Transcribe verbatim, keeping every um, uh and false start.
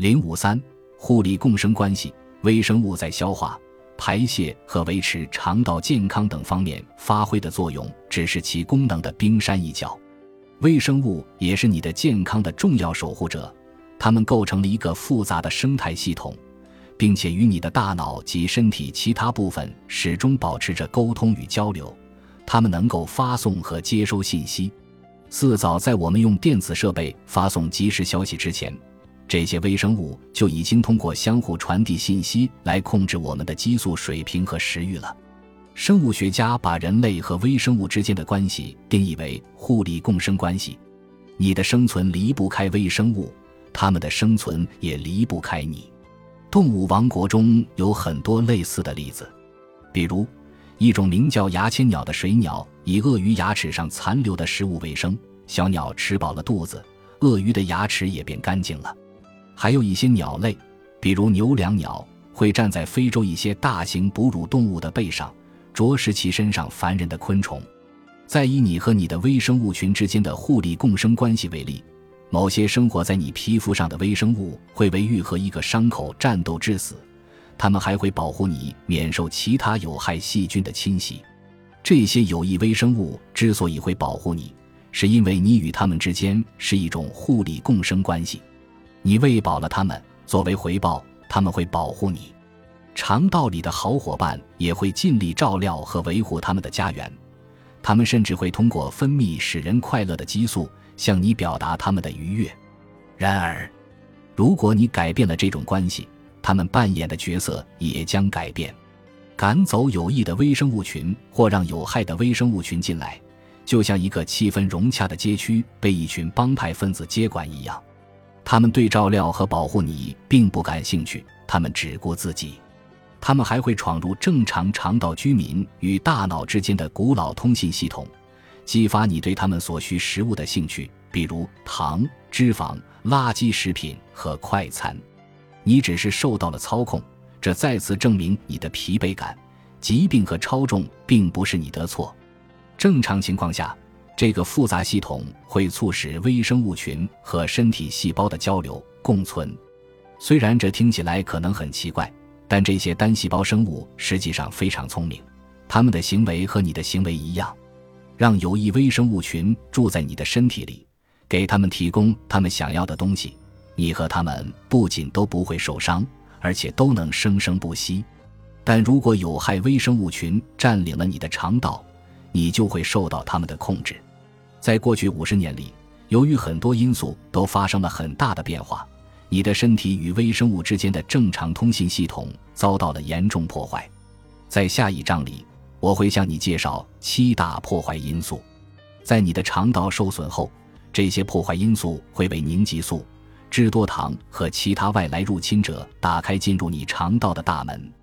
零五三互利共生关系。微生物在消化、排泄和维持肠道健康等方面发挥的作用只是其功能的冰山一角，微生物也是你的健康的重要守护者，它们构成了一个复杂的生态系统，并且与你的大脑及身体其他部分始终保持着沟通与交流，它们能够发送和接收信息。四早在我们用电子设备发送即时消息之前，这些微生物就已经通过相互传递信息来控制我们的激素水平和食欲了。生物学家把人类和微生物之间的关系定义为互利共生关系。你的生存离不开微生物，它们的生存也离不开你。动物王国中有很多类似的例子，比如一种名叫牙签鸟的水鸟以鳄鱼牙齿上残留的食物为生，小鸟吃饱了肚子，鳄鱼的牙齿也变干净了。还有一些鸟类，比如牛椋鸟，会站在非洲一些大型哺乳动物的背上，啄食其身上烦人的昆虫。再以你和你的微生物群之间的互利共生关系为例，某些生活在你皮肤上的微生物会为愈合一个伤口战斗致死，它们还会保护你免受其他有害细菌的侵袭。这些有益微生物之所以会保护你，是因为你与它们之间是一种互利共生关系。你喂饱了它们，作为回报，它们会保护你。肠道里的好伙伴也会尽力照料和维护它们的家园，它们甚至会通过分泌使人快乐的激素向你表达它们的愉悦。然而，如果你改变了这种关系，它们扮演的角色也将改变。赶走有益的微生物群或让有害的微生物群进来，就像一个气氛融洽的街区被一群帮派分子接管一样。他们对照料和保护你并不感兴趣，他们只顾自己。他们还会闯入正常肠道居民与大脑之间的古老通信系统，激发你对他们所需食物的兴趣，比如糖、脂肪、垃圾食品和快餐。你只是受到了操控，这再次证明你的疲惫感、疾病和超重并不是你的错。正常情况下，这个复杂系统会促使微生物群和身体细胞的交流共存。虽然这听起来可能很奇怪，但这些单细胞生物实际上非常聪明，它们的行为和你的行为一样。让有益微生物群住在你的身体里，给它们提供它们想要的东西，你和它们不仅都不会受伤，而且都能生生不息。但如果有害微生物群占领了你的肠道，你就会受到它们的控制。在过去五十年里，由于很多因素都发生了很大的变化，你的身体与微生物之间的正常通信系统遭到了严重破坏。在下一章里，我会向你介绍七大破坏因素。在你的肠道受损后，这些破坏因素会为凝集素、脂多糖和其他外来入侵者打开进入你肠道的大门。